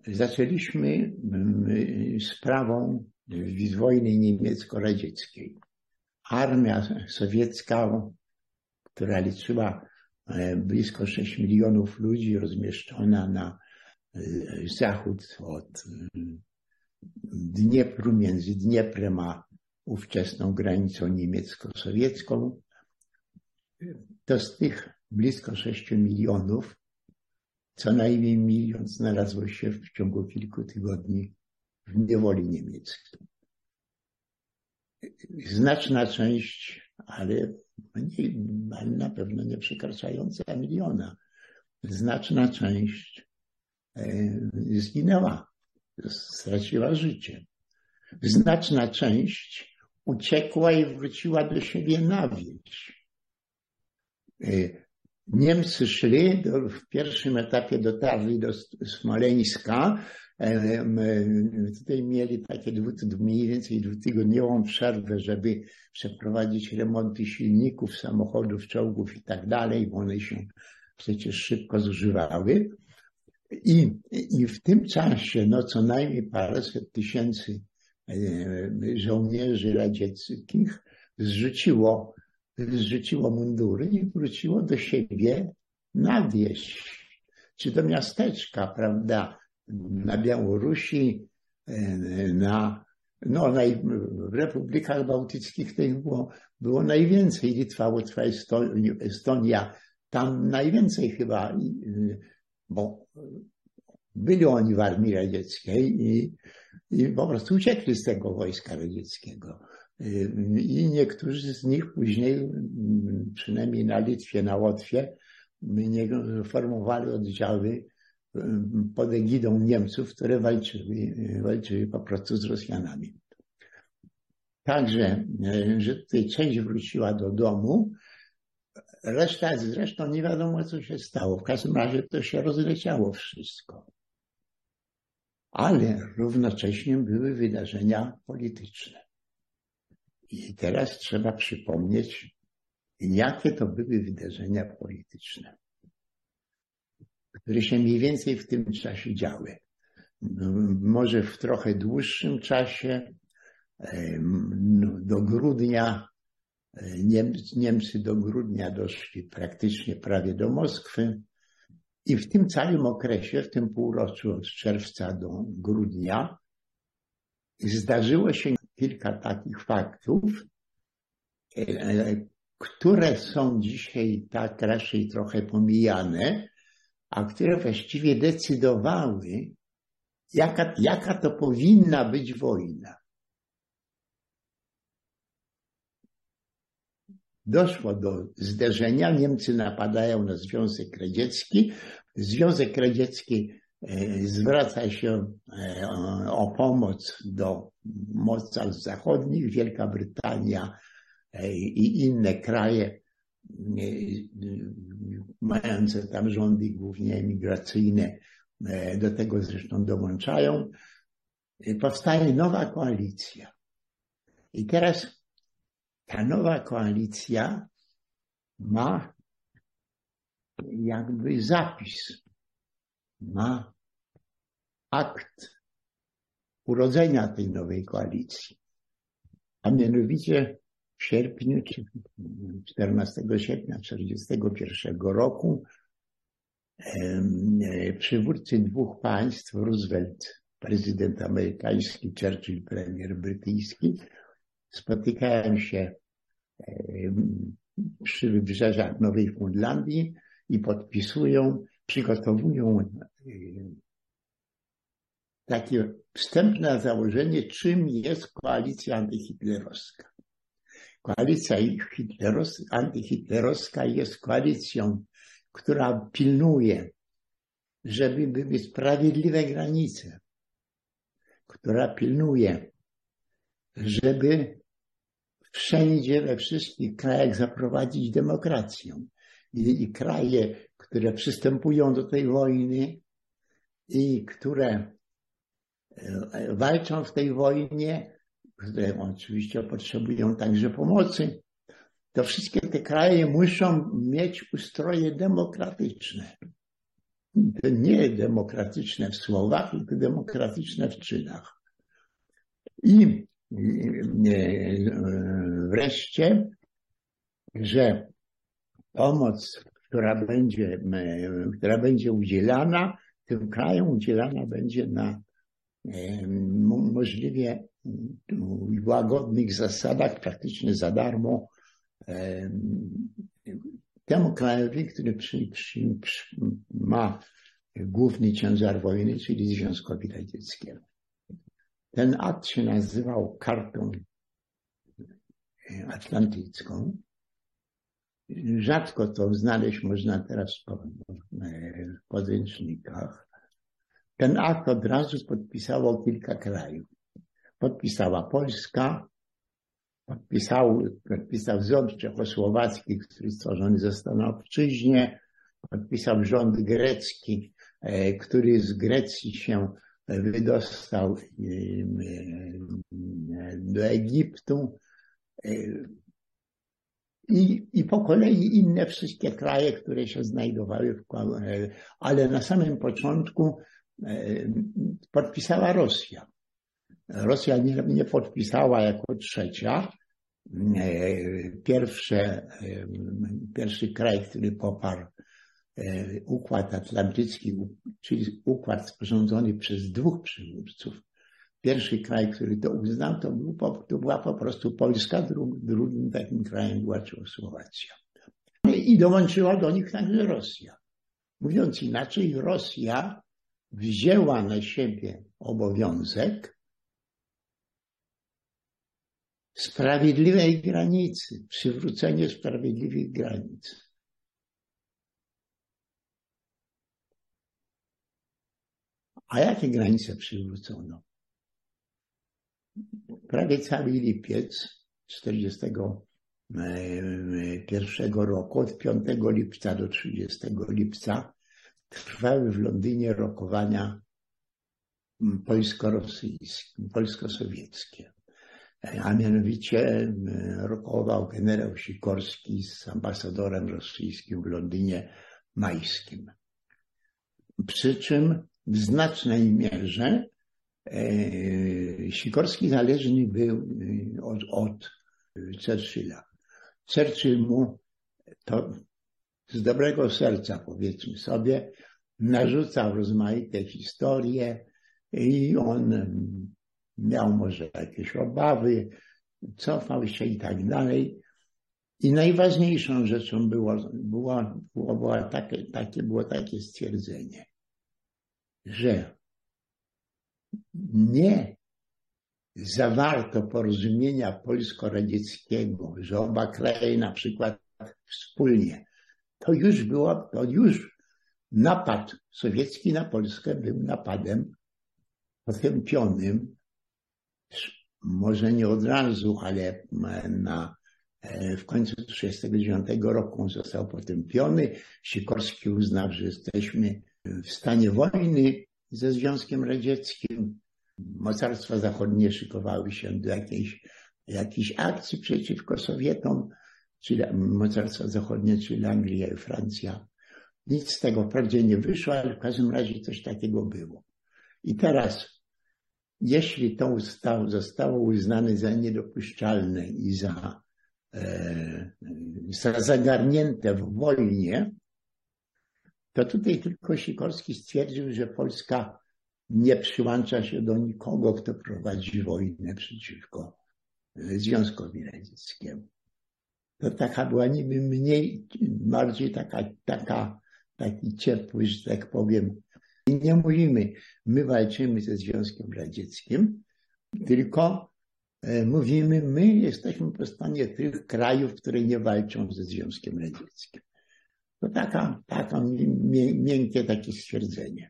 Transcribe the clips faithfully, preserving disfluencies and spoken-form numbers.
zaczęliśmy sprawą wojny niemiecko-radzieckiej. Armia sowiecka, która liczyła blisko sześć milionów ludzi, rozmieszczona na zachód od Dniepru, między Dnieprem a ówczesną granicą niemiecko-sowiecką, to z tych blisko sześciu milionów co najmniej milion znalazło się w ciągu kilku tygodni w niewoli niemieckiej. Znaczna część, ale, nie, ale na pewno nie przekraczająca miliona, znaczna część zginęła, straciła życie. Znaczna część uciekła i wróciła do siebie na wieś. Niemcy szli, do, w pierwszym etapie dotarli do Smoleńska. Tutaj mieli takie dwu, mniej więcej dwutygodniową przerwę, żeby przeprowadzić remonty silników, samochodów, czołgów i tak dalej, bo one się przecież szybko zużywały. I, i w tym czasie no, co najmniej paręset tysięcy żołnierzy radzieckich zrzuciło, zrzuciło mundury i wróciło do siebie na wieś, czy do miasteczka, prawda, na Białorusi, na, no, naj, w republikach bałtyckich tych było, było najwięcej, Litwa, Łotwa, Estonia, tam najwięcej chyba, bo byli oni w armii radzieckiej i, i po prostu uciekli z tego wojska radzieckiego. I niektórzy z nich później, przynajmniej na Litwie, na Łotwie, formowali oddziały pod egidą Niemców, które walczyły, walczyły po prostu z Rosjanami. Także, że tutaj część wróciła do domu, reszta, zresztą nie wiadomo, co się stało. W każdym razie to się rozleciało wszystko. Ale równocześnie były wydarzenia polityczne. I teraz trzeba przypomnieć, jakie to były wydarzenia polityczne, które się mniej więcej w tym czasie działy. Może w trochę dłuższym czasie, do grudnia, Niemcy do grudnia doszli praktycznie prawie do Moskwy i w tym całym okresie, w tym półroczu od czerwca do grudnia zdarzyło się kilka takich faktów, które są dzisiaj tak raczej trochę pomijane, a które właściwie decydowały, jaka, jaka to powinna być wojna. Doszło do zderzenia, Niemcy napadają na Związek Radziecki, Związek Radziecki zwraca się o pomoc do mocarstw zachodnich, Wielka Brytania i inne kraje mające tam rządy głównie emigracyjne do tego zresztą dołączają. Powstaje nowa koalicja. I teraz ta nowa koalicja ma jakby zapis, ma akt urodzenia tej nowej koalicji. A mianowicie w sierpniu, czternastego sierpnia tysiąc dziewięćset czterdziestego pierwszego roku przywódcy dwóch państw, Roosevelt, prezydent amerykański, Churchill, premier brytyjski, spotykają się przy wybrzeżach Nowej Fundlandii i podpisują, przygotowują takie wstępne założenie, czym jest koalicja antyhitlerowska. Koalicja antyhitlerowska jest koalicją, która pilnuje, żeby były sprawiedliwe granice, która pilnuje, żeby wszędzie, we wszystkich krajach zaprowadzić demokrację. I, i kraje, które przystępują do tej wojny i które walczą w tej wojnie, które oczywiście potrzebują także pomocy, to wszystkie te kraje muszą mieć ustroje demokratyczne. to nie demokratyczne w słowach, tylko demokratyczne w czynach. I wreszcie, że pomoc, która będzie, która będzie udzielana, tym krajom udzielana będzie na możliwie łagodnych zasadach, praktycznie za darmo, temu krajowi, który przy, przy, przy, ma główny ciężar wojny, czyli Związkowi Radzieckiemu. Ten akt się nazywał Kartą Atlantycką. Rzadko to znaleźć można teraz w podręcznikach. Ten akt od razu podpisało kilka krajów. Podpisała Polska, podpisał, podpisał rząd czechosłowacki, który stworzony został na obczyźnie, podpisał rząd grecki, który z Grecji się wydostał do Egiptu. I, I po kolei inne wszystkie kraje, które się znajdowały, w, ale na samym początku podpisała Rosja. Rosja nie, nie podpisała jako trzecia. Pierwsze, pierwszy kraj, który poparł Układ Atlantycki, czyli układ sporządzony przez dwóch przywódców. Pierwszy kraj, który to uznał, to, był, to była po prostu Polska, drugim, drugim takim krajem była Czechosłowacja. I dołączyła do nich także Rosja. Mówiąc inaczej, Rosja wzięła na siebie obowiązek sprawiedliwej granicy, przywrócenie sprawiedliwych granic. A jakie granice przywrócono? Prawie cały lipiec czterdziestego pierwszego roku, od piątego lipca do trzydziestego lipca, trwały w Londynie rokowania polsko-rosyjskie, polsko-sowieckie. A mianowicie rokował generał Sikorski z ambasadorem rosyjskim w Londynie Majskim. Przy czym w znacznej mierze Sikorski zależny był od, od Churchilla. Churchill mu to z dobrego serca, powiedzmy sobie, narzucał rozmaite historie i on miał może jakieś obawy, cofał się i tak dalej. I najważniejszą rzeczą było, było, było, było, takie, takie, było takie stwierdzenie, że nie zawarto porozumienia polsko-radzieckiego, że oba kraje na przykład wspólnie. To już było, to już napad sowiecki na Polskę był napadem potępionym, może nie od razu, ale na, w końcu tysiąc dziewięćset trzydziestego dziewiątego roku został potępiony. Sikorski uznał, że jesteśmy w stanie wojny ze Związkiem Radzieckim. Mocarstwa zachodnie szykowały się do jakiejś, jakiejś akcji przeciwko Sowietom, czyli mocarstwa zachodnie, czyli Anglia i Francja. Nic z tego wprawdzie nie wyszło, ale w każdym razie coś takiego było. I teraz, jeśli to ustało, zostało uznane za niedopuszczalne i za, e, za zagarnięte w wojnie, to tutaj tylko Sikorski stwierdził, że Polska nie przyłącza się do nikogo, kto prowadzi wojnę przeciwko Związkowi Radzieckiemu. To taka była niby mniej, bardziej taka, taka, taki ciepły, że tak powiem. I nie mówimy, my walczymy ze Związkiem Radzieckim, tylko mówimy, my jesteśmy po stronie tych krajów, które nie walczą ze Związkiem Radzieckim. To taka, taka miękkie takie stwierdzenie.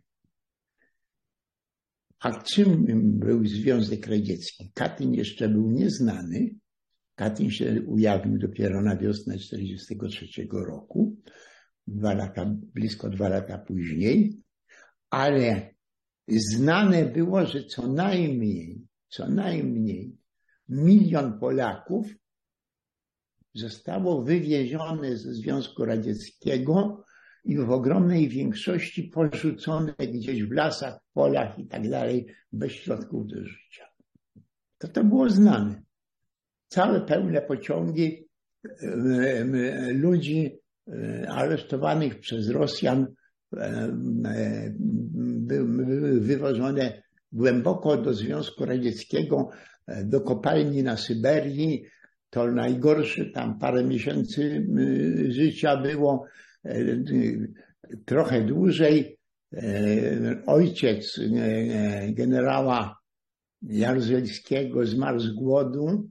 A czym był Związek Radziecki? Katyn jeszcze był nieznany. Katyn się ujawnił dopiero na wiosnę tysiąc dziewięćset czterdziestego trzeciego roku, dwa lata, blisko dwa lata później, ale znane było, że co najmniej, co najmniej milion Polaków zostało wywiezione ze Związku Radzieckiego i w ogromnej większości porzucone gdzieś w lasach, polach i tak dalej, bez środków do życia. To to było znane. Całe pełne pociągi ludzi aresztowanych przez Rosjan były wywożone głęboko do Związku Radzieckiego, do kopalni na Syberii. To najgorsze, tam parę miesięcy życia było, trochę dłużej. Ojciec generała Jaruzelskiego zmarł z głodu.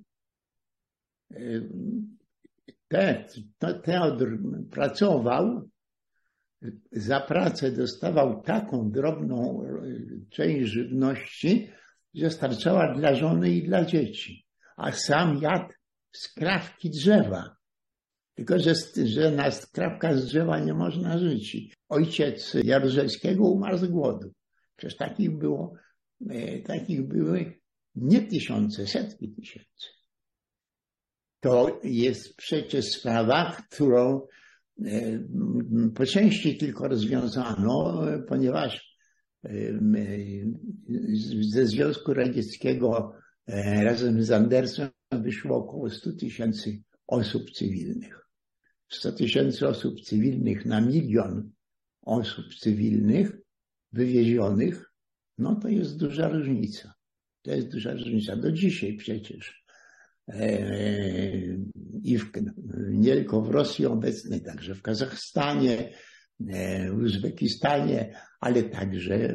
Teodor pracował, za pracę dostawał taką drobną część żywności, że starczała dla żony i dla dzieci, a sam jadł skrawki drzewa. Tylko, że, że na skrawkach z drzewa nie można żyć. Ojciec Jaruzelskiego umarł z głodu. Przecież takich było, takich były nie tysiące, setki tysięcy. To jest przecież sprawa, którą po części tylko rozwiązano, ponieważ ze Związku Radzieckiego razem z Andersem wyszło około stu tysięcy osób cywilnych. sto tysięcy osób cywilnych na milion osób cywilnych wywiezionych, no to jest duża różnica. To jest duża różnica. Do dzisiaj przecież i w, nie tylko w Rosji obecnej, także w Kazachstanie, w Uzbekistanie, ale także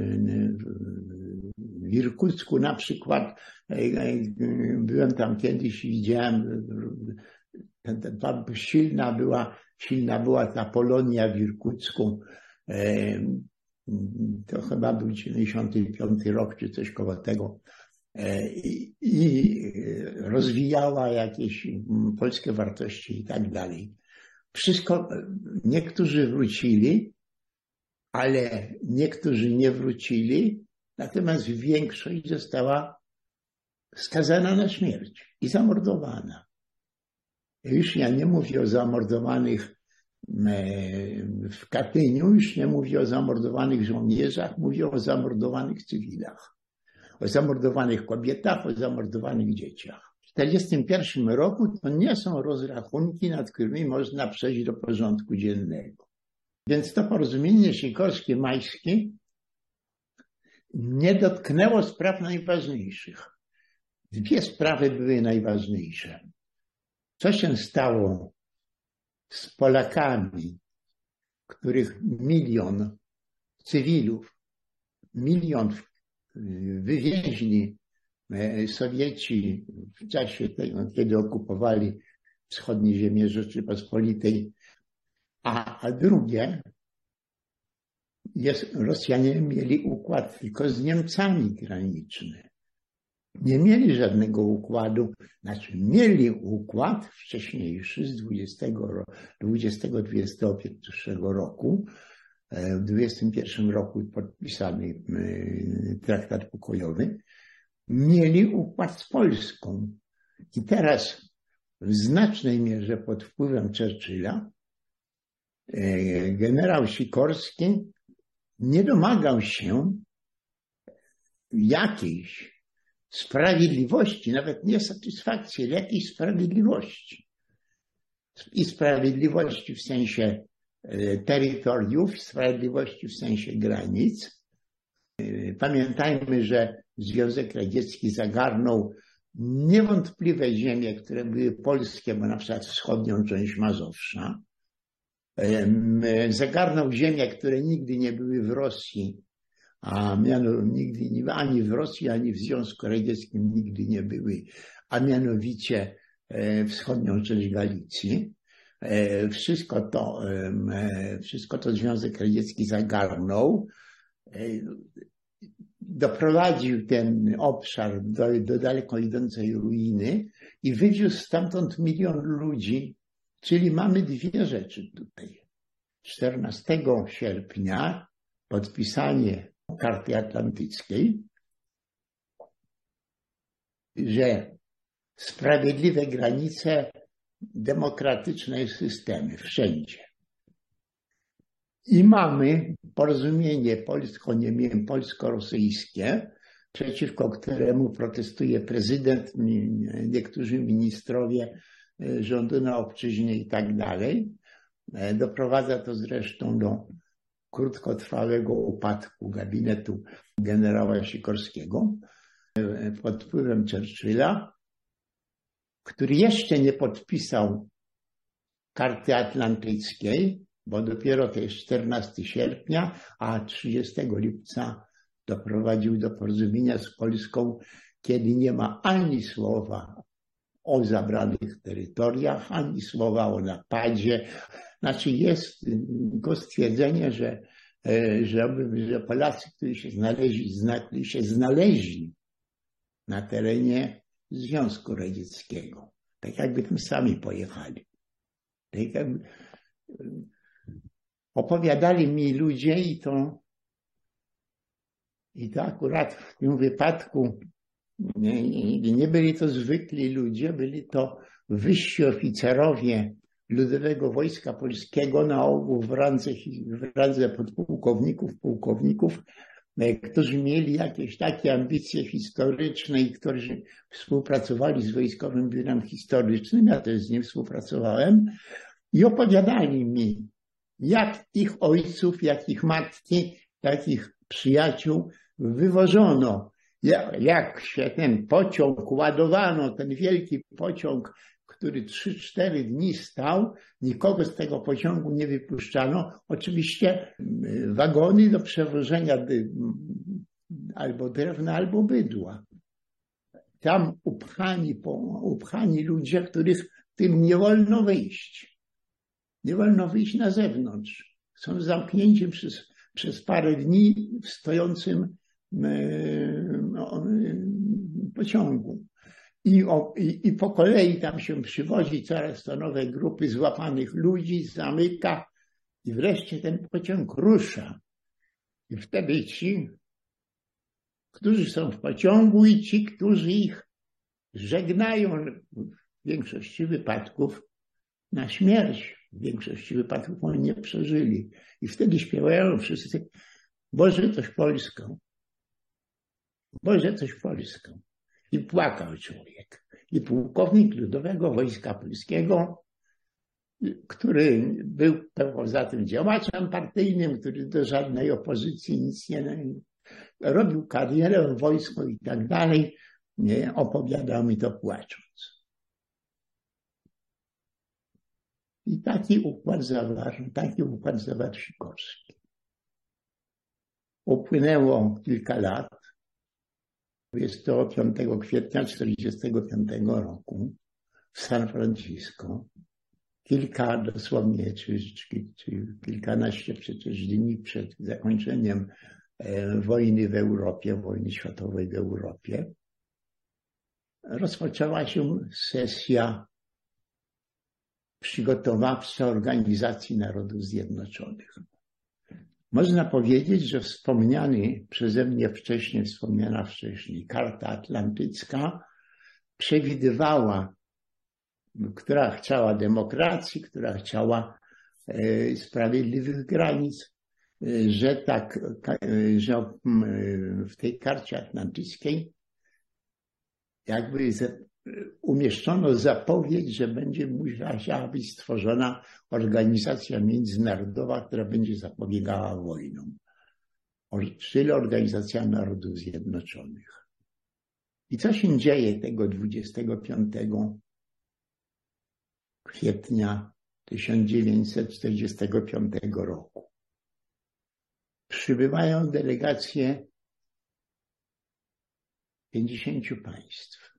w Irkucku na przykład. Byłem tam kiedyś i widziałem, tam silna była, silna była ta Polonia w Irkucku. To chyba był dziewięćdziesiąty piąty rok, czy coś koło tego. I rozwijała jakieś polskie wartości i tak dalej. Wszystko, niektórzy wrócili, ale niektórzy nie wrócili, natomiast większość została skazana na śmierć i zamordowana. Już ja nie mówię o zamordowanych w Katyniu, już nie mówię o zamordowanych żołnierzach, mówię o zamordowanych cywilach. O zamordowanych kobietach, o zamordowanych dzieciach. W tysiąc dziewięćset czterdziestym pierwszym roku to nie są rozrachunki, nad którymi można przejść do porządku dziennego. Więc to porozumienie sikorskie-majskie nie dotknęło spraw najważniejszych. Dwie sprawy były najważniejsze. Co się stało z Polakami, których milion cywilów, milion wywieźli Sowieci w czasie tego, kiedy okupowali wschodnie ziemie Rzeczypospolitej, a, a drugie, jest, Rosjanie mieli układ tylko z Niemcami graniczny. Nie mieli żadnego układu, znaczy mieli układ wcześniejszy z dwudziestego dwudziestego pierwszego roku. W dwudziestym pierwszym roku podpisany traktat pokojowy. Mieli układ z Polską. I teraz w znacznej mierze pod wpływem Churchilla generał Sikorski nie domagał się jakiejś sprawiedliwości, nawet nie satysfakcji, ale jakiejś sprawiedliwości. I sprawiedliwości w sensie terytoriów, sprawiedliwości w sensie granic. Pamiętajmy, że Związek Radziecki zagarnął niewątpliwe ziemie, które były polskie, bo na przykład wschodnią część Mazowsza. Zagarnął ziemie, które nigdy nie były w Rosji, a miano, nigdy nie, ani w Rosji, ani w Związku Radzieckim nigdy nie były, a mianowicie wschodnią część Galicji. Wszystko to, wszystko to Związek Radziecki zagarnął, doprowadził ten obszar do, do daleko idącej ruiny i wywiózł stamtąd milion ludzi, czyli mamy dwie rzeczy tutaj. czternastego sierpnia podpisanie Karty Atlantyckiej, że sprawiedliwe granice, demokratyczne systemy wszędzie. I mamy porozumienie polsko-niemieckie, polsko-rosyjskie, przeciwko któremu protestuje prezydent, niektórzy ministrowie rządu na obczyźnie i tak dalej. Doprowadza to zresztą do krótkotrwałego upadku gabinetu generała Sikorskiego pod wpływem Churchilla, który jeszcze nie podpisał Karty Atlantyckiej, bo dopiero to jest czternastego sierpnia, a trzydziestego lipca doprowadził do porozumienia z Polską, kiedy nie ma ani słowa o zabranych terytoriach, ani słowa o napadzie. Znaczy jest tylko stwierdzenie, że, że, że Polacy, którzy się znaleźli, którzy się znaleźli na terenie Związku Radzieckiego, tak jakby tam sami pojechali. Tak jakby opowiadali mi ludzie i to, i to akurat w tym wypadku nie, nie byli to zwykli ludzie, byli to wyżsi oficerowie Ludowego Wojska Polskiego, na ogół w randze, w randze podpułkowników, pułkowników, którzy mieli jakieś takie ambicje historyczne i którzy współpracowali z Wojskowym Biurem Historycznym, ja też z nim współpracowałem, i opowiadali mi, jak ich ojców, jak ich matki, jak ich przyjaciół wywożono, jak, jak się ten pociąg ładowano, ten wielki pociąg, który trzy cztery dni stał, nikogo z tego pociągu nie wypuszczano. Oczywiście wagony do przewożenia albo drewna, albo bydła. Tam upchani, upchani ludzie, których tym nie wolno wyjść. Nie wolno wyjść na zewnątrz. Są zamknięci przez, przez parę dni w stojącym no, pociągu. I, o, i, I po kolei tam się przywozi coraz to nowe grupy złapanych ludzi, zamyka i wreszcie ten pociąg rusza. I wtedy ci, którzy są w pociągu i ci, którzy ich żegnają w większości wypadków na śmierć. W większości wypadków oni nie przeżyli. I wtedy śpiewają wszyscy: Boże, coś Polską. Boże, coś Polską. I płakał człowiek. I pułkownik Ludowego Wojska Polskiego, który był poza tym działaczem partyjnym, który do żadnej opozycji nic nie robił, karierę w wojsku i tak dalej, nie, opowiadał mi to płacząc. I taki układ zawarł, taki układ zawarł Sikorski. Upłynęło kilka lat. dwudziestego piątego kwietnia tysiąc dziewięćset czterdziestego piątego roku w San Francisco, kilka dosłownie, czy, czy, czy kilkanaście przecież dni przed zakończeniem e, wojny w Europie, wojny światowej w Europie, rozpoczęła się sesja przygotowawcza Organizacji Narodów Zjednoczonych. Można powiedzieć, że wspomniany przeze mnie wcześniej, wspomniana wcześniej Karta Atlantycka przewidywała, która chciała demokracji, która chciała e, sprawiedliwych granic, e, że tak, e, że w tej Karcie Atlantyckiej jakby umieszczono zapowiedź, że będzie musiała być stworzona organizacja międzynarodowa, która będzie zapobiegała wojnom. Czyli Organizacja Narodów Zjednoczonych. I co się dzieje tego dwudziestego piątego kwietnia tysiąc dziewięćset czterdziestego piątego roku? Przybywają delegacje pięćdziesięciu państw.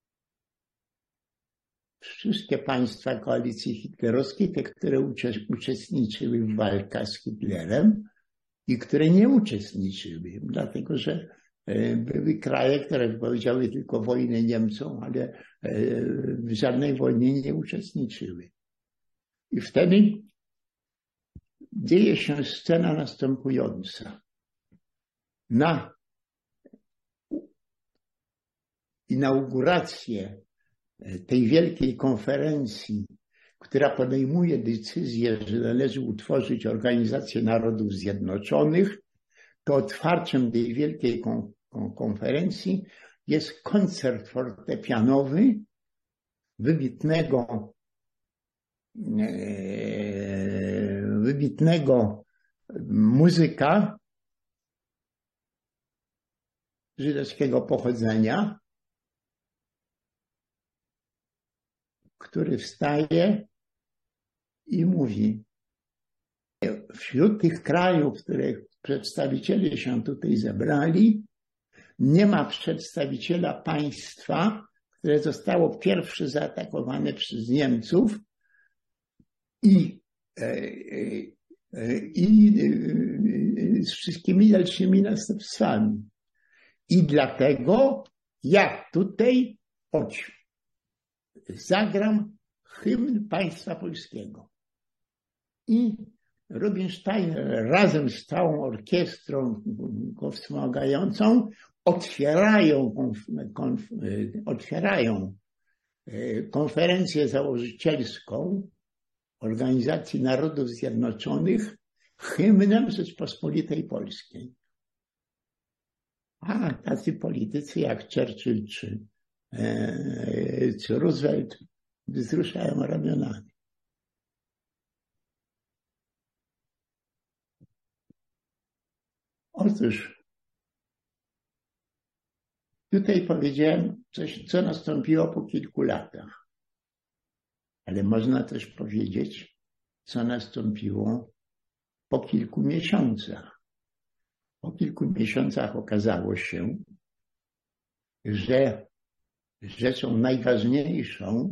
Wszystkie państwa koalicji hitlerowskiej, te, które uczestniczyły w walkach z Hitlerem i które nie uczestniczyły, dlatego że były kraje, które wypowiedziały tylko wojnę Niemcom, ale w żadnej wojnie nie uczestniczyły. I wtedy dzieje się scena następująca. Na inaugurację tej wielkiej konferencji która podejmuje decyzję, że należy utworzyć Organizację Narodów Zjednoczonych, to otwarciem tej wielkiej kon konferencji jest koncert fortepianowy wybitnego, e, wybitnego muzyka żydowskiego pochodzenia, który wstaje i mówi: wśród tych krajów, których przedstawiciele się tutaj zebrali, nie ma przedstawiciela państwa, które zostało pierwsze zaatakowane przez Niemców i, i, i z wszystkimi dalszymi następstwami. I dlatego ja tutaj choć zagram hymn państwa polskiego. I Rubinstein razem z całą orkiestrą go wspomagającą otwierają, konf, konf, otwierają konferencję założycielską Organizacji Narodów Zjednoczonych hymnem Rzeczpospolitej Polskiej. A tacy politycy jak Churchill czy, e, czy Roosevelt wzruszają ramionami. Otóż tutaj powiedziałem coś, co nastąpiło po kilku latach. Ale można też powiedzieć, co nastąpiło po kilku miesiącach. Po kilku miesiącach okazało się, że rzeczą najważniejszą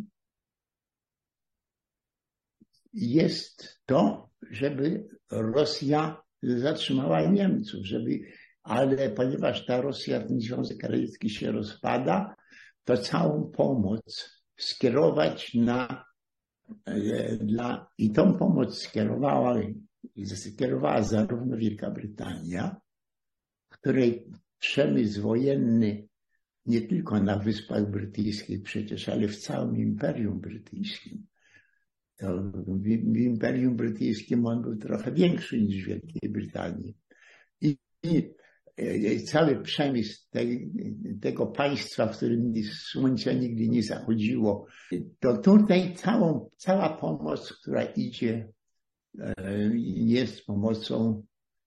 jest to, żeby Rosja zatrzymała Niemców, żeby, ale ponieważ ta Rosja, ten Związek Radziecki się rozpada, to całą pomoc skierować na dla, i tą pomoc skierowała, skierowała zarówno Wielka Brytania, której przemysł wojenny nie tylko na Wyspach Brytyjskich przecież, ale w całym Imperium Brytyjskim. To w, w Imperium Brytyjskim on był trochę większy niż w Wielkiej Brytanii. I, i, i cały przemysł tej, tego państwa, w którym słońce nigdy nie zachodziło, to tutaj całą, cała pomoc, która idzie, jest pomocą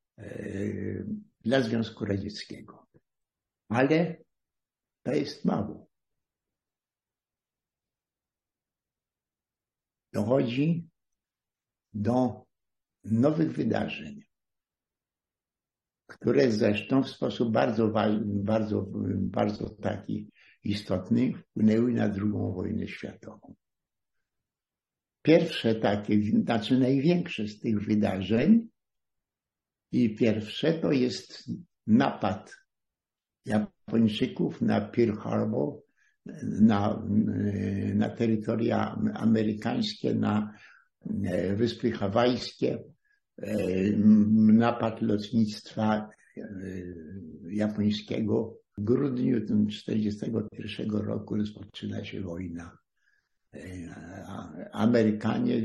dla Związku Radzieckiego. Ale to jest mało. Dochodzi do nowych wydarzeń, które zresztą w sposób bardzo, bardzo, bardzo taki istotny wpłynęły na drugą wojnę światową. Pierwsze takie, znaczy największe z tych wydarzeń i pierwsze to jest napad Japończyków na Pearl Harbor, na, na terytoria amerykańskie, na Wyspy Hawajskie, napad lotnictwa japońskiego. W grudniu tysiąc dziewięćset czterdziestego pierwszego roku rozpoczyna się wojna. Amerykanie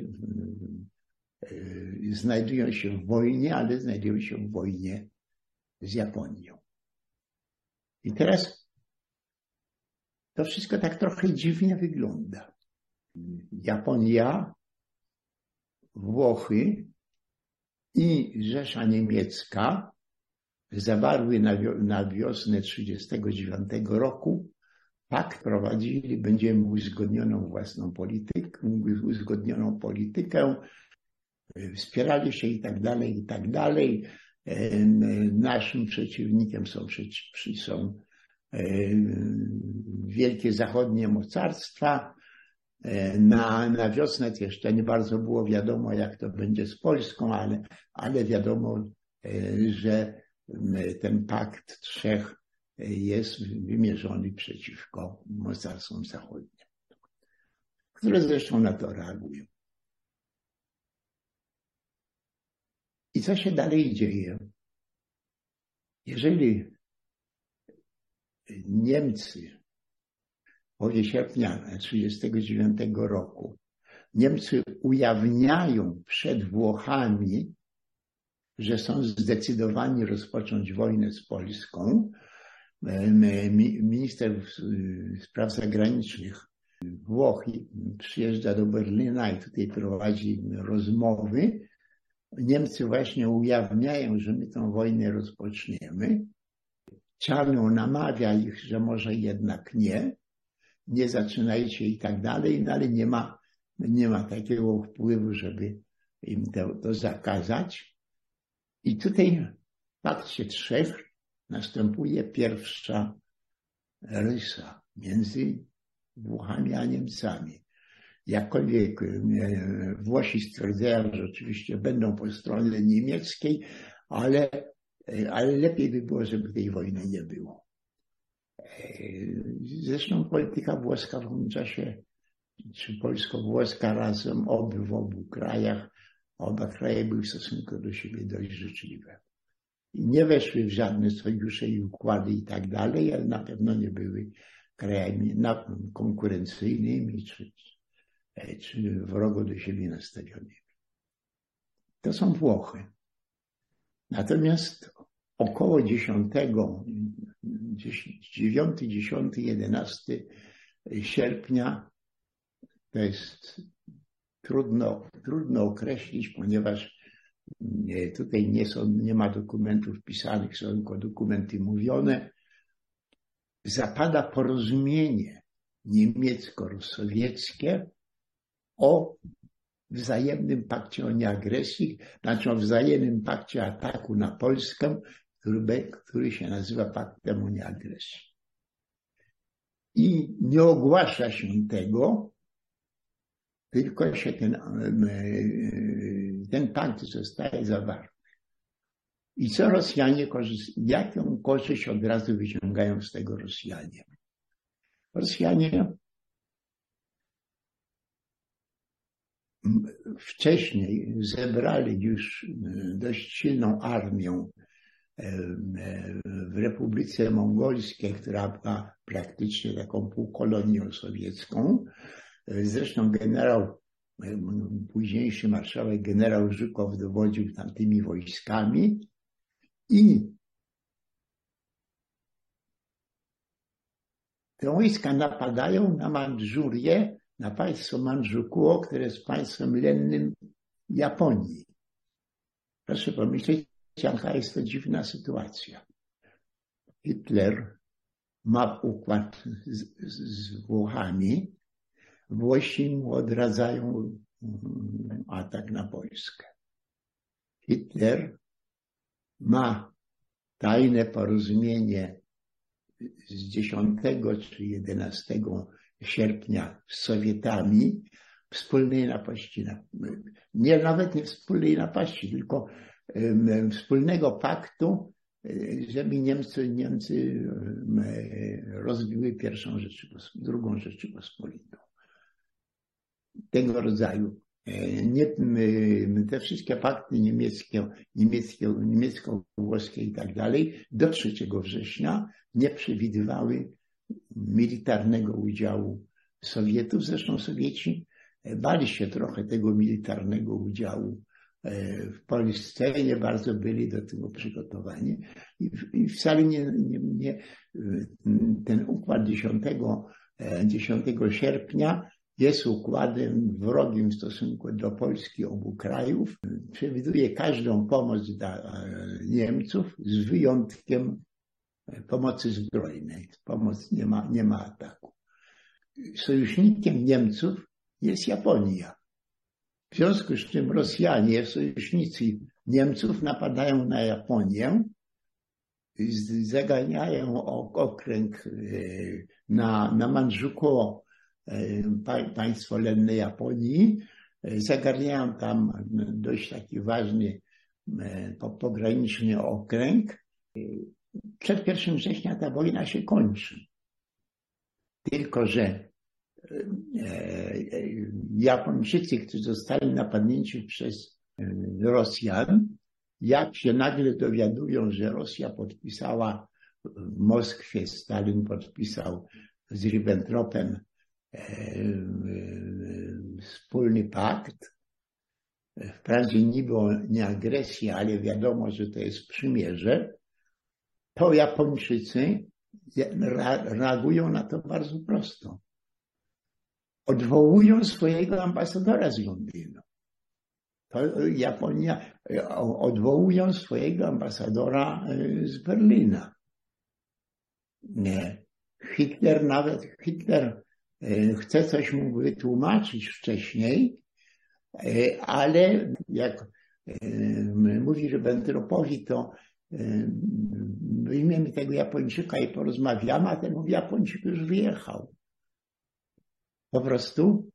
znajdują się w wojnie, ale znajdują się w wojnie z Japonią. I teraz to wszystko tak trochę dziwnie wygląda. Japonia, Włochy i Rzesza Niemiecka zawarły na, na wiosnę tysiąc dziewięćset trzydziestego dziewiątego roku pakt, prowadzili, będziemy uzgodnioną własną politykę, uzgodnioną politykę, wspierali się i tak dalej, i tak dalej. Naszym przeciwnikiem są, są wielkie zachodnie mocarstwa. Na, na wiosnę jeszcze nie bardzo było wiadomo, jak to będzie z Polską, ale, ale wiadomo, że ten pakt trzech jest wymierzony przeciwko mocarstwom zachodnim, które zresztą na to reagują. I co się dalej dzieje? Jeżeli Niemcy w połowie sierpnia tysiąc dziewięćset trzydziestego dziewiątego roku Niemcy ujawniają przed Włochami, że są zdecydowani rozpocząć wojnę z Polską. Minister spraw zagranicznych Włoch przyjeżdża do Berlina i tutaj prowadzi rozmowy. Niemcy właśnie ujawniają, że my tę wojnę rozpoczniemy. Czarno namawia ich, że może jednak nie, nie zaczynajcie i tak dalej, no ale nie ma, nie ma takiego wpływu, żeby im to, to zakazać. I tutaj w pakcie trzech następuje pierwsza rysa między Włochami a Niemcami. Jakkolwiek Włosi stwierdzają, że oczywiście będą po stronie niemieckiej, ale, ale lepiej by było, żeby tej wojny nie było. Zresztą polityka włoska w tym czasie, czy polsko-włoska razem, oby w obu krajach, oba kraje były w stosunku do siebie dość życzliwe. I nie weszły w żadne sojusze i układy i tak dalej, ale na pewno nie były krajami konkurencyjnymi, czy, czy wrogo do siebie nastawionymi. To są Włochy. Natomiast około dziesiątego, dziewiątego, dziesiątego, jedenastego sierpnia to jest trudno, trudno określić, ponieważ tutaj nie, są, nie ma dokumentów pisanych, są tylko dokumenty mówione. Zapada porozumienie niemiecko-sowieckie o wzajemnym pakcie o nieagresji, znaczy o wzajemnym pakcie ataku na Polskę, który, który się nazywa paktem o nieagresji. I nie ogłasza się tego, tylko się ten, ten pakt zostaje zawarty. I co Rosjanie korzystają? Jaką korzyść od razu wyciągają z tego Rosjanie? Rosjanie wcześniej zebrali już dość silną armię w Republice Mongolskiej, która była praktycznie taką półkolonią sowiecką. Zresztą generał, późniejszy marszałek generał Żukow dowodził tamtymi wojskami i te wojska napadają na Mandżurię, na państwo Mandżukuo, które jest państwem lennym Japonii. Proszę pomyśleć, jaka jest to dziwna sytuacja. Hitler ma układ z, z Włochami, Włosi mu odradzają atak na Polskę. Hitler ma tajne porozumienie z dziesiątego czy jedenastego sierpnia z Sowietami wspólnej napaści. Na, nie, nawet nie wspólnej napaści, tylko um, wspólnego paktu, żeby Niemcy, Niemcy um, rozbiły pierwszą Rzeczypospolitą, drugą Rzeczypospolitą. Tego rodzaju. Nie, te wszystkie pakty niemieckie, niemieckie, niemiecko-włoskie i tak dalej do trzeciego września nie przewidywały militarnego udziału Sowietów. Zresztą Sowieci bali się trochę tego militarnego udziału w Polsce, nie bardzo byli do tego przygotowani. I, i wcale nie, nie, nie ten układ dziesiątego sierpnia jest układem wrogim w stosunku do Polski obu krajów. Przewiduje każdą pomoc dla Niemców z wyjątkiem pomocy zbrojnej. Pomoc nie ma, nie ma ataku. Sojusznikiem Niemców jest Japonia. W związku z czym Rosjanie, sojusznicy Niemców, napadają na Japonię, zaganiają okręg na, na Mandżukuo, państwo lenne Japonii, zagarniają tam dość taki ważny pograniczny okręg. Przed pierwszym września ta wojna się kończy. Tylko że Japończycy, którzy zostali napadnięci przez Rosjan, jak się nagle dowiadują, że Rosja podpisała w Moskwie, Stalin podpisał z Ribbentropem wspólny pakt. Wprawdzie niby o nieagresji, ale wiadomo, że to jest przymierze, to Japończycy reagują na to bardzo prosto. Odwołują swojego ambasadora z Londynu. To Japonia odwołują swojego ambasadora z Berlina. Nie. Hitler nawet, Hitler chce coś mu wytłumaczyć wcześniej, ale jak mówi Ribbentropowi, to wyjmiemy tego Japończyka i porozmawiamy, a ten mówi, Japończyk już wyjechał. Po prostu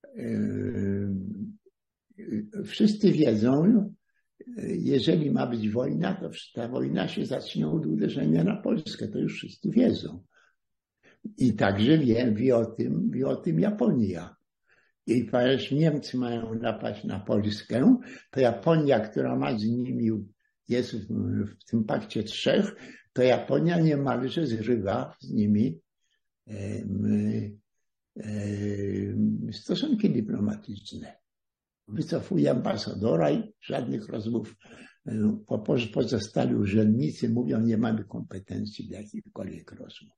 wszyscy wiedzą, jeżeli ma być wojna, to ta wojna się zacznie od uderzenia na Polskę. To już wszyscy wiedzą. I także wie, wie, o, tym, wie o tym Japonia. I ponieważ Niemcy mają napaść na Polskę, to Japonia, która ma z nimi, jest w, w tym pakcie trzech, to Japonia niemalże zrywa z nimi um, um, stosunki dyplomatyczne. Wycofuje ambasadora i żadnych rozmów. Pozostali urzędnicy mówią, nie mamy kompetencji do jakichkolwiek rozmów.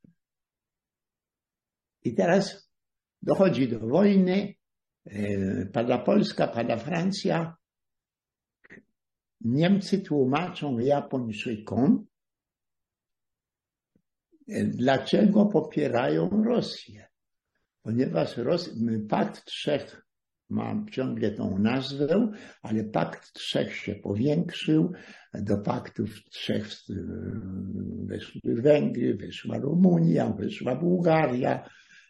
I teraz dochodzi do wojny, pada Polska, pada Francja. Niemcy tłumaczą Japończykom, dlaczego popierają Rosję. Ponieważ Ros- Pakt Trzech ma ciągle tą nazwę, ale Pakt Trzech się powiększył. Do Paktów Trzech weszły Węgry, weszła Rumunia, weszła Bułgaria.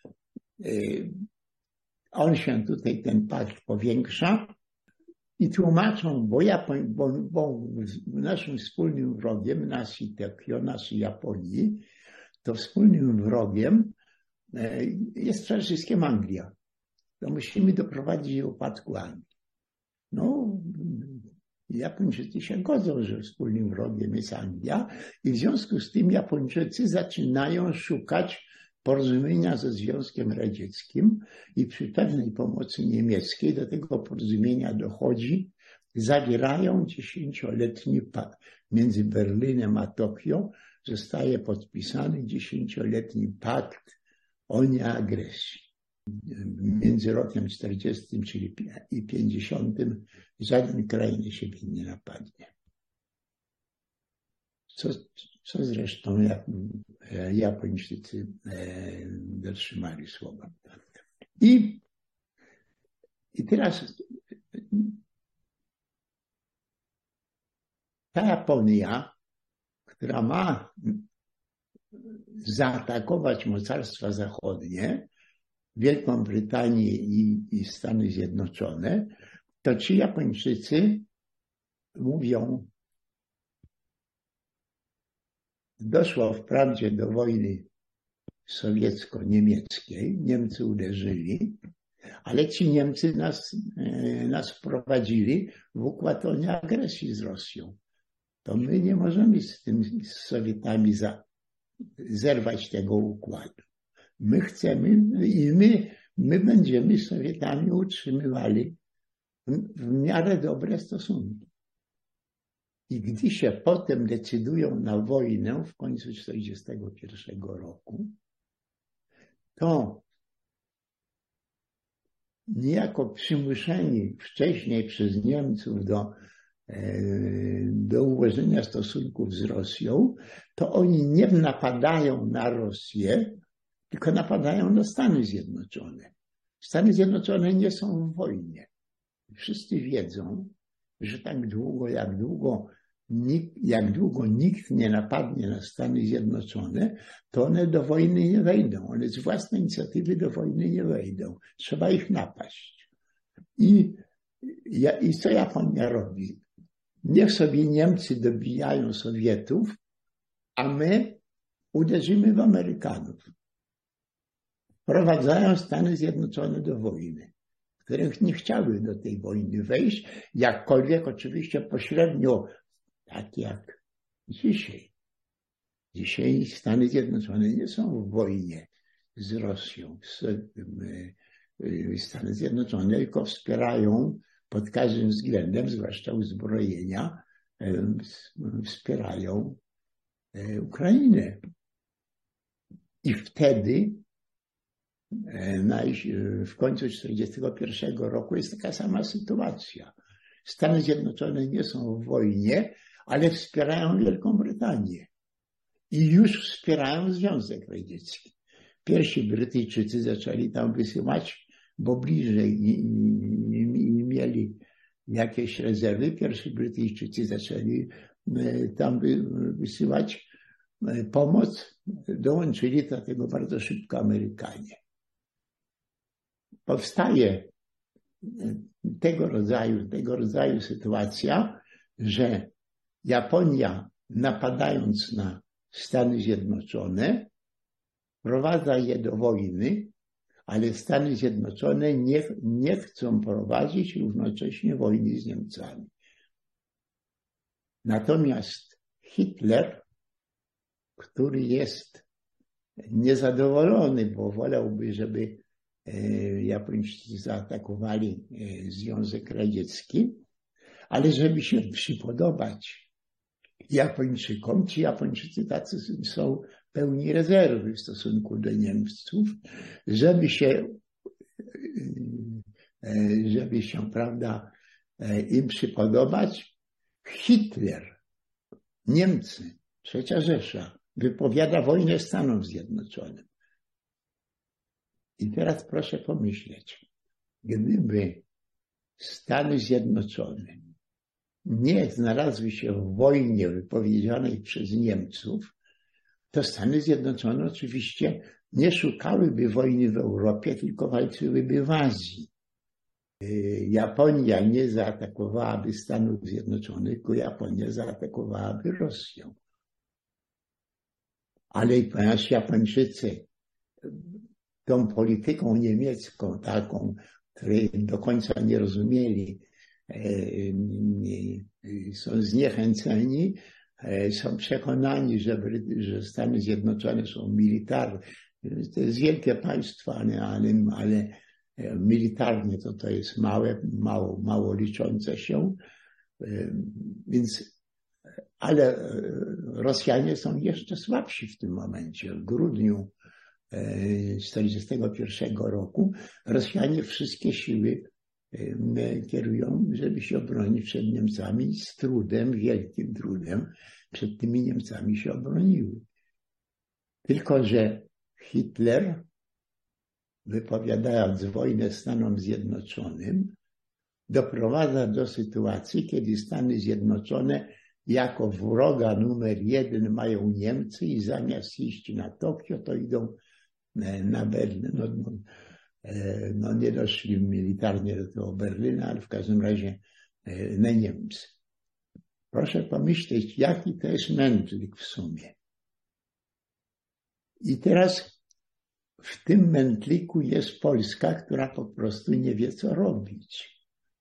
On się tutaj, ten pakt powiększa i tłumaczą, bo, Japoń, bo, bo naszym wspólnym wrogiem, nas i Tokio, nas i Japonii, to wspólnym wrogiem jest przede wszystkim Anglia. To musimy doprowadzić do upadku Anglii. No, Japończycy się godzą, że wspólnym wrogiem jest Anglia i w związku z tym Japończycy zaczynają szukać porozumienia ze Związkiem Radzieckim i przy pewnej pomocy niemieckiej do tego porozumienia dochodzi. Zawierają dziesięcioletni pakt między Berlinem a Tokio. Zostaje podpisany dziesięcioletni pakt o nieagresji. Między rokiem czterdziestym czyli i pięćdziesiątym żaden kraj na siebie nie napadnie. Co, co zresztą Japończycy dotrzymali słowa. I, i teraz ta Japonia, która ma zaatakować mocarstwa zachodnie, Wielką Brytanię i, i Stany Zjednoczone, to ci Japończycy mówią, doszło wprawdzie do wojny sowiecko-niemieckiej, Niemcy uderzyli, ale ci Niemcy nas, nas wprowadzili w układ o nieagresji z Rosją. To my nie możemy z tym z Sowietami za, zerwać tego układu. My chcemy i my, my będziemy z Sowietami utrzymywali w miarę dobre stosunki. I gdy się potem decydują na wojnę w końcu tysiąc dziewięćset czterdziestego pierwszego roku, to niejako przymuszeni wcześniej przez Niemców do, do ułożenia stosunków z Rosją, to oni nie napadają na Rosję, tylko napadają na Stany Zjednoczone. Stany Zjednoczone nie są w wojnie. Wszyscy wiedzą, że tak długo, jak długo, jak długo nikt nie napadnie na Stany Zjednoczone, to one do wojny nie wejdą. One z własnej inicjatywy do wojny nie wejdą. Trzeba ich napaść. I, i co Japonia robi? Niech sobie Niemcy dobijają Sowietów, a my uderzymy w Amerykanów. Wprowadzają Stany Zjednoczone do wojny, które nie chciały do tej wojny wejść, jakkolwiek oczywiście pośrednio, tak jak dzisiaj. Dzisiaj Stany Zjednoczone nie są w wojnie z Rosją, z, Stany Zjednoczone tylko wspierają pod każdym względem, zwłaszcza uzbrojenia, wspierają Ukrainę. I wtedy w końcu tysiąc dziewięćset czterdziestego pierwszego roku jest taka sama sytuacja. Stany Zjednoczone nie są w wojnie, ale wspierają Wielką Brytanię. I już wspierają Związek Radziecki. Pierwsi Brytyjczycy zaczęli tam wysyłać, bo bliżej i, i, i mieli jakieś rezerwy. Pierwsi Brytyjczycy zaczęli tam wysyłać pomoc. Dołączyli do tego bardzo szybko Amerykanie. Powstaje tego rodzaju, tego rodzaju sytuacja, że Japonia, napadając na Stany Zjednoczone, wprowadza je do wojny, ale Stany Zjednoczone nie, nie chcą prowadzić równocześnie wojny z Niemcami. Natomiast Hitler, który jest niezadowolony, bo wolałby, żeby Japończycy zaatakowali Związek Radziecki, ale żeby się przypodobać Japończykom, ci Japończycy tacy są pełni rezerwy w stosunku do Niemców, żeby się, żeby się, prawda, im przypodobać. Hitler, Niemcy, Trzecia Rzesza wypowiada wojnę Stanom Zjednoczonym. I teraz proszę pomyśleć, gdyby Stany Zjednoczone nie znalazły się w wojnie wypowiedzianej przez Niemców, to Stany Zjednoczone oczywiście nie szukałyby wojny w Europie, tylko walczyłyby w Azji. Japonia nie zaatakowałaby Stanów Zjednoczonych, tylko Japonia zaatakowałaby Rosję. Ale ponieważ Japończycy tą polityką niemiecką, taką, której do końca nie rozumieli, są zniechęceni, są przekonani, że, że Stany Zjednoczone są militarne. To jest wielkie państwo, ale, ale, ale militarnie to, to jest małe, mało, mało liczące się. Więc, ale Rosjanie są jeszcze słabsi w tym momencie. W grudniu tysiąc dziewięćset czterdziestego pierwszego roku Rosjanie wszystkie siły kierują, żeby się obronić przed Niemcami, z trudem, wielkim trudem przed tymi Niemcami się obroniły. Tylko że Hitler, wypowiadając wojnę Stanom Zjednoczonym, doprowadza do sytuacji, kiedy Stany Zjednoczone jako wroga numer jeden mają Niemcy i zamiast iść na Tokio, to idą na Berlin. No, no, no nie doszli militarnie do tego Berlina, ale w każdym razie na Niemcy. Proszę pomyśleć, jaki to jest mętlik w sumie. I teraz w tym mętliku jest Polska, która po prostu nie wie, co robić.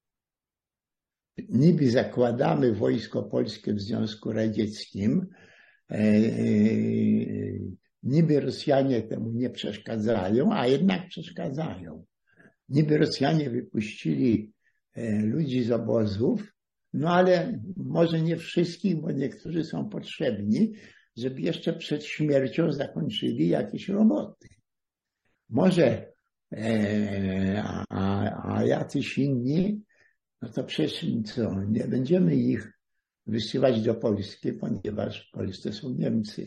Niby zakładamy Wojsko Polskie w Związku Radzieckim, niby Rosjanie temu nie przeszkadzają, a jednak przeszkadzają. Niby Rosjanie wypuścili ludzi z obozów, no ale może nie wszystkich, bo niektórzy są potrzebni, żeby jeszcze przed śmiercią zakończyli jakieś roboty. Może, a, a, a jacyś inni, no to przecież co, nie będziemy ich wysyłać do Polski, ponieważ w Polsce są Niemcy.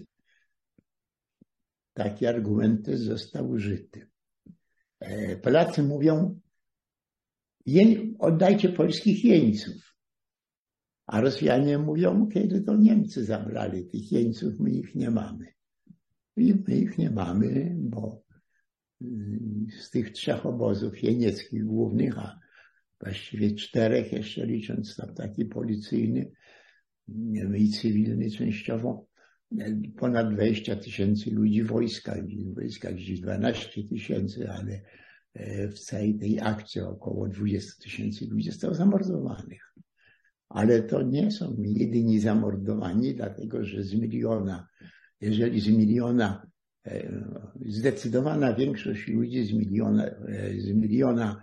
Taki argument też został użyty. Polacy mówią, oddajcie polskich jeńców. A Rosjanie mówią, kiedy to Niemcy zabrali tych jeńców, my ich nie mamy. I my ich nie mamy, bo z tych trzech obozów jenieckich głównych, a właściwie czterech, jeszcze licząc tam taki policyjny i cywilny częściowo, ponad dwadzieścia tysięcy ludzi wojska, wojska gdzieś dwanaście tysięcy, ale w całej tej akcji około dwadzieścia tysięcy ludzi zostało zamordowanych. Ale to nie są jedyni zamordowani, dlatego że z miliona, jeżeli z miliona zdecydowana większość ludzi z miliona, z miliona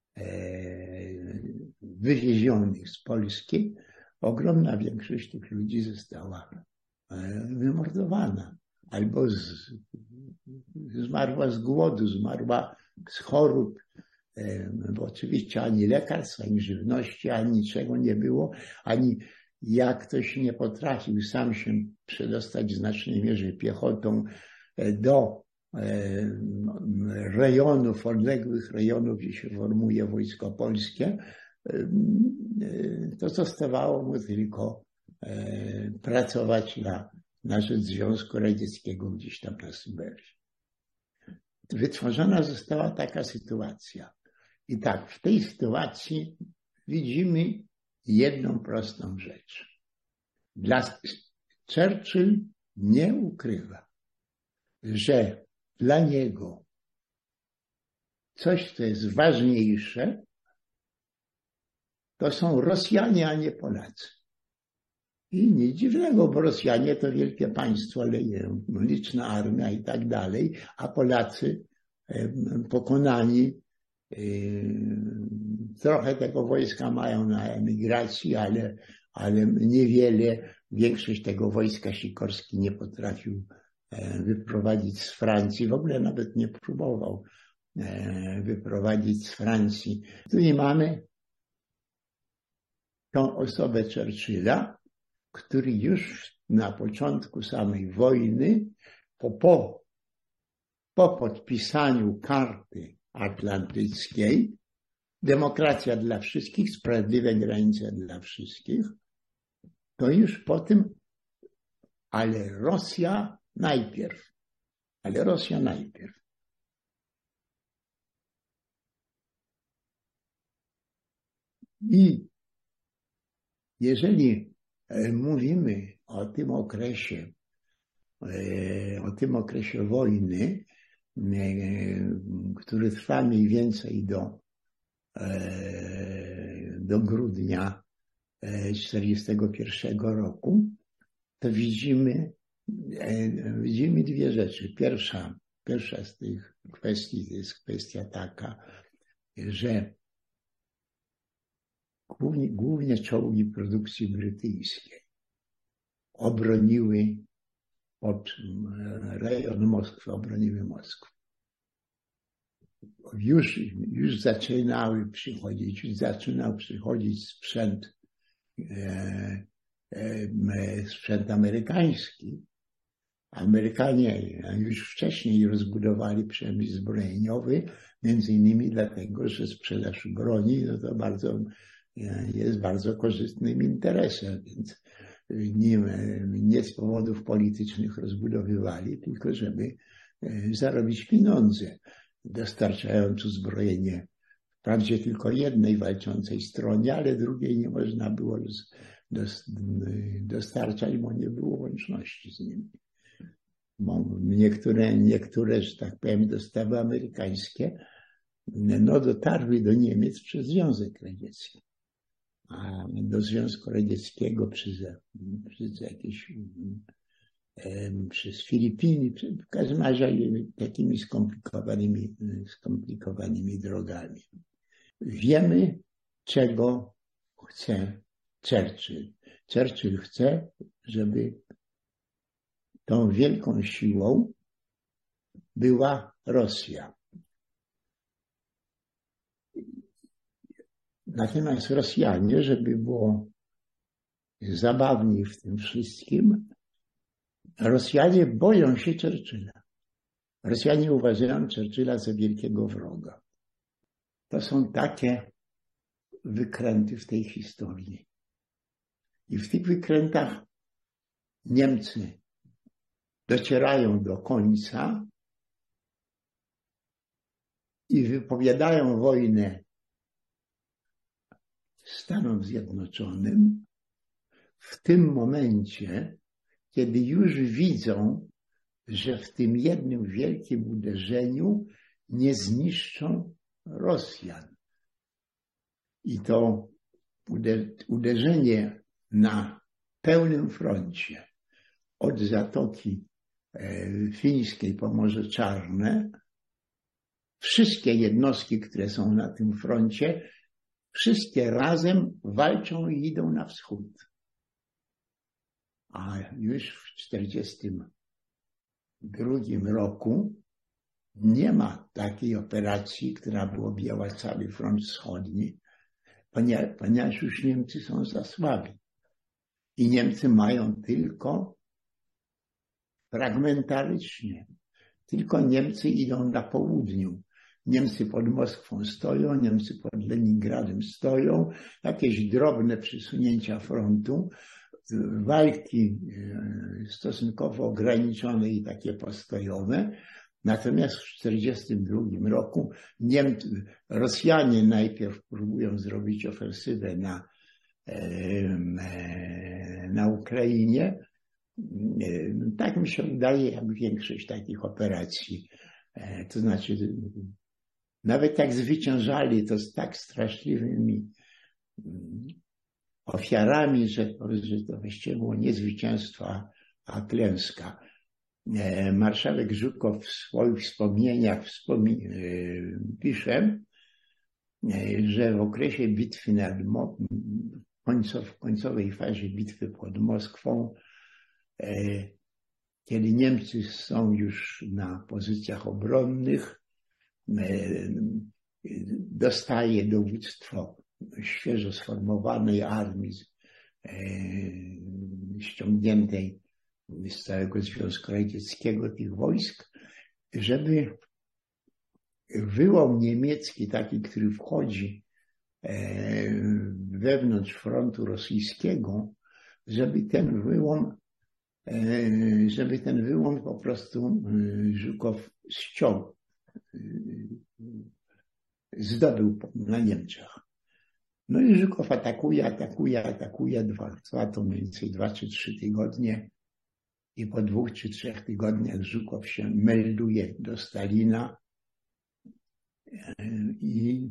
wywiezionych z Polski, ogromna większość tych ludzi została wymordowana albo z, zmarła z głodu, zmarła z chorób, bo oczywiście ani lekarstw, ani żywności, ani niczego nie było, ani jak ktoś nie potrafił sam się przedostać w znacznej mierze piechotą do rejonów, odległych rejonów, gdzie się formuje Wojsko Polskie, to zostawało mu tylko pracować na, na rzecz Związku Radzieckiego gdzieś tam na Syberii. Wytworzona została taka sytuacja. I tak, w tej sytuacji widzimy jedną prostą rzecz. Dla Churchill nie ukrywa, że dla niego coś, co jest ważniejsze, to są Rosjanie, a nie Polacy. I nic dziwnego, bo Rosjanie to wielkie państwo, ale liczna armia i tak dalej, a Polacy pokonani, trochę tego wojska mają na emigracji, ale, ale niewiele. Większość tego wojska Sikorski nie potrafił wyprowadzić z Francji, w ogóle nawet nie próbował wyprowadzić z Francji. Tu nie mamy tą osobę Churchilla, który już na początku samej wojny, po, po, po podpisaniu karty atlantyckiej, demokracja dla wszystkich, sprawiedliwe granice dla wszystkich, to już po tym, ale Rosja najpierw, ale Rosja najpierw. I jeżeli mówimy o tym okresie, o tym okresie wojny, który trwa mniej więcej do, do grudnia tysiąc dziewięćset czterdziestego pierwszego roku, to widzimy, widzimy dwie rzeczy. Pierwsza, pierwsza z tych kwestii to jest kwestia taka, że głównie, głównie czołgi produkcji brytyjskiej obroniły od rejon Moskwy, obroniły Moskwę. Już, już zaczynały przychodzić, już zaczynał przychodzić sprzęt, e, e, sprzęt amerykański. Amerykanie już wcześniej rozbudowali przemysł zbrojeniowy, między innymi dlatego, że sprzedaż broni no to bardzo, jest bardzo korzystnym interesem, więc nie, nie z powodów politycznych rozbudowywali, tylko żeby zarobić pieniądze, dostarczając uzbrojenie wprawdzie tylko jednej walczącej stronie, ale drugiej nie można było dostarczać, bo nie było łączności z nimi. Bo niektóre, niektóre, że tak powiem, dostawy amerykańskie no, dotarły do Niemiec przez Związek Radziecki. A do Związku Radzieckiego przez, przez jakieś, przez Filipiny, w każdym razie takimi skomplikowanymi, skomplikowanymi drogami. Wiemy, czego chce Churchill. Churchill chce, żeby tą wielką siłą była Rosja. Natomiast Rosjanie, żeby było zabawniej w tym wszystkim, Rosjanie boją się Churchilla. Rosjanie uważają Churchilla za wielkiego wroga. To są takie wykręty w tej historii. I w tych wykrętach Niemcy docierają do końca i wypowiadają wojnę Stanom Zjednoczonym w tym momencie, kiedy już widzą, że w tym jednym wielkim uderzeniu nie zniszczą Rosjan. I to uderzenie na pełnym froncie od Zatoki fińskiej po Morze Czarne, wszystkie jednostki, które są na tym froncie, wszystkie razem walczą i idą na wschód. A już w czterdziestym drugim roku nie ma takiej operacji, która by objęła cały front wschodni, ponieważ, ponieważ już Niemcy są za słabi. I Niemcy mają tylko fragmentarycznie. Tylko Niemcy idą na południu. Niemcy pod Moskwą stoją, Niemcy pod Leningradem stoją, jakieś drobne przesunięcia frontu, walki stosunkowo ograniczone i takie postojowe. Natomiast w czterdziestym drugim roku Niemcy, Rosjanie najpierw próbują zrobić ofensywę na, na Ukrainie. Tak mi się wydaje, jak większość takich operacji. To znaczy, nawet jak zwyciężali, to z tak straszliwymi ofiarami, że, że to właściwie było nie zwycięstwo, a klęska. Marszałek Żukow w swoich wspomnieniach wspomi pisze, że w okresie bitwy nad Mo końcow, w końcowej fazie bitwy pod Moskwą, kiedy Niemcy są już na pozycjach obronnych, dostaje dowództwo świeżo sformowanej armii ściągniętej z całego Związku Radzieckiego tych wojsk, żeby wyłom niemiecki, taki, który wchodzi wewnątrz frontu rosyjskiego, żeby ten wyłom, żeby ten wyłom po prostu Żukow ściął, zdobył na Niemczech. No i Żukow atakuje, atakuje, atakuje, dwa, trwa to mniej więcej dwa czy trzy tygodnie. I po dwóch czy trzech tygodniach Żukow się melduje do Stalina i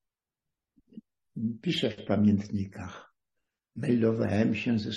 pisze w pamiętnikach. Meldowałem się ze...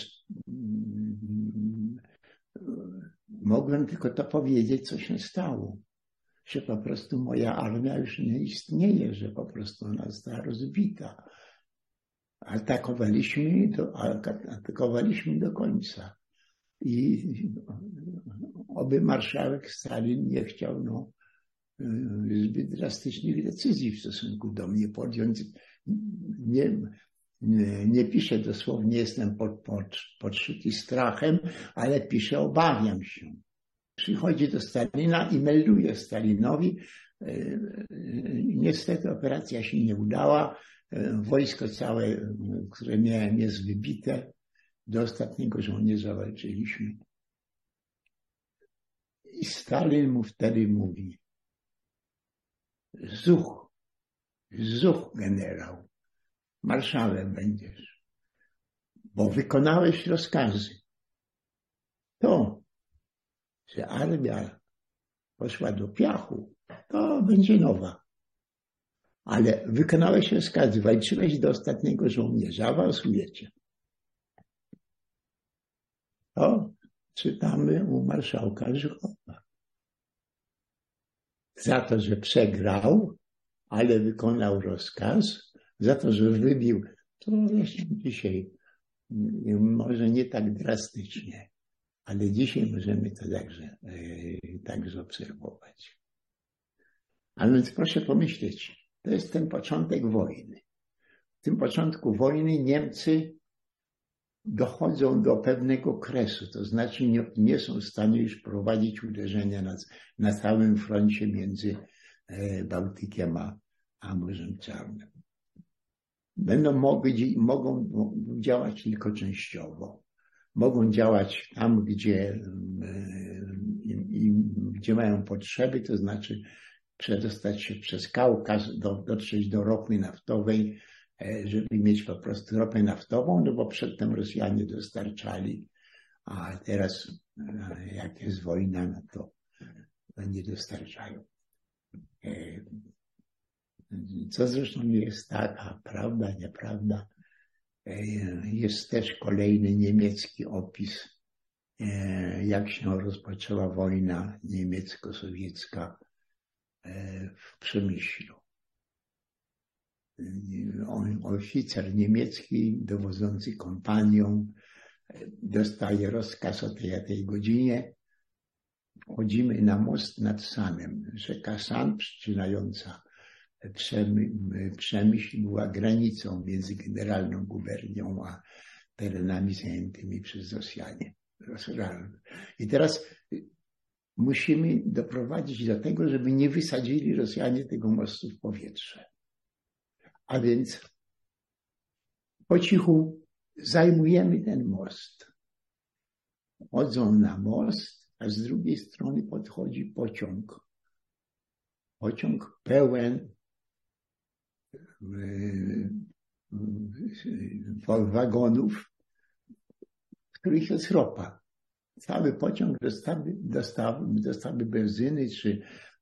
Mogłem tylko to powiedzieć, co się stało. Że po prostu moja armia już nie istnieje, że po prostu ona została rozbita. Atakowaliśmy do, atakowaliśmy do końca. I oby marszałek Stalin nie chciał no, zbyt drastycznych decyzji w stosunku do mnie podjąć. Nie, nie, nie pisze dosłownie, jestem pod, pod, podszyty strachem, ale pisze, obawiam się. Przychodzi do Stalina i melduje Stalinowi. Niestety operacja się nie udała. Wojsko całe, które miałem, jest wybite. Do ostatniego żołnierza walczyliśmy. I Stalin mu wtedy mówi: Zuch, zuch, generał, marszałem będziesz, bo wykonałeś rozkazy. To, że armia poszła do piachu, to będzie nowa. Ale wykonałeś rozkazy, walczyłeś do ostatniego żołnierza, awansujecie. To czytamy u marszałka Żukowa. Za to, że przegrał, ale wykonał rozkaz, za to, że wybił, to właśnie dzisiaj może nie tak drastycznie, ale dzisiaj możemy to także, tak zaobserwować. A więc proszę pomyśleć, to jest ten początek wojny. W tym początku wojny Niemcy dochodzą do pewnego kresu, to znaczy nie, nie są w stanie już prowadzić uderzenia na, na całym froncie między Bałtykiem a, a Morzem Czarnym. Będą mogli, mogą działać tylko częściowo. Mogą działać tam, gdzie, gdzie mają potrzeby, to znaczy przedostać się przez Kaukaz, do, dotrzeć do ropy naftowej, żeby mieć po prostu ropę naftową, no bo przedtem Rosjanie dostarczali, a teraz jak jest wojna, no to nie dostarczają. Co zresztą nie jest tak, a prawda, nieprawda. Jest też kolejny niemiecki opis jak się rozpoczęła wojna niemiecko-sowiecka w Przemyślu. Oficer niemiecki dowodzący kompanią dostaje rozkaz o tej, o tej godzinie. Wchodzimy na most nad Sanem. Rzeka San, przyczynająca Przemyśl, była granicą między Generalną Gubernią a terenami zajętymi przez Rosjanie. I teraz musimy doprowadzić do tego, żeby nie wysadzili Rosjanie tego mostu w powietrze. A więc po cichu zajmujemy ten most. Chodzą na most, a z drugiej strony podchodzi pociąg. Pociąg pełen wagonów, w których jest ropa. Cały pociąg dostawy, dostawy, dostawy benzyny czy,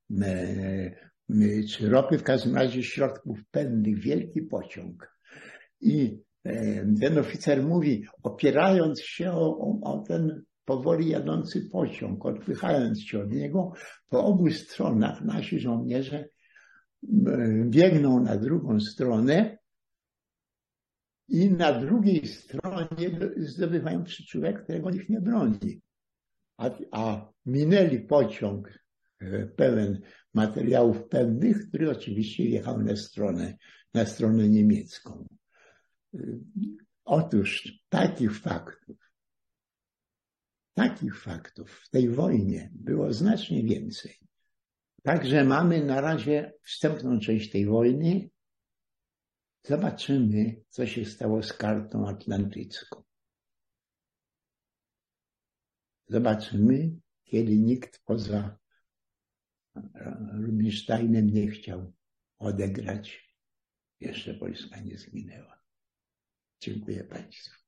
czy ropy, w każdym razie środków pędnych, wielki pociąg. I ten oficer mówi, opierając się o, o ten powoli jadący pociąg, odpychając się od niego, po obu stronach nasi żołnierze biegną na drugą stronę i na drugiej stronie zdobywają przyczółek, którego ich nie broni. A, a minęli pociąg pełen materiałów pędnych, który oczywiście jechał na stronę, na stronę niemiecką. Otóż takich faktów, takich faktów w tej wojnie było znacznie więcej. Także mamy na razie wstępną część tej wojny. Zobaczymy, co się stało z kartą atlantycką. Zobaczymy, kiedy nikt poza Rubinsteinem nie chciał odegrać. Jeszcze Polska nie zginęła. Dziękuję Państwu.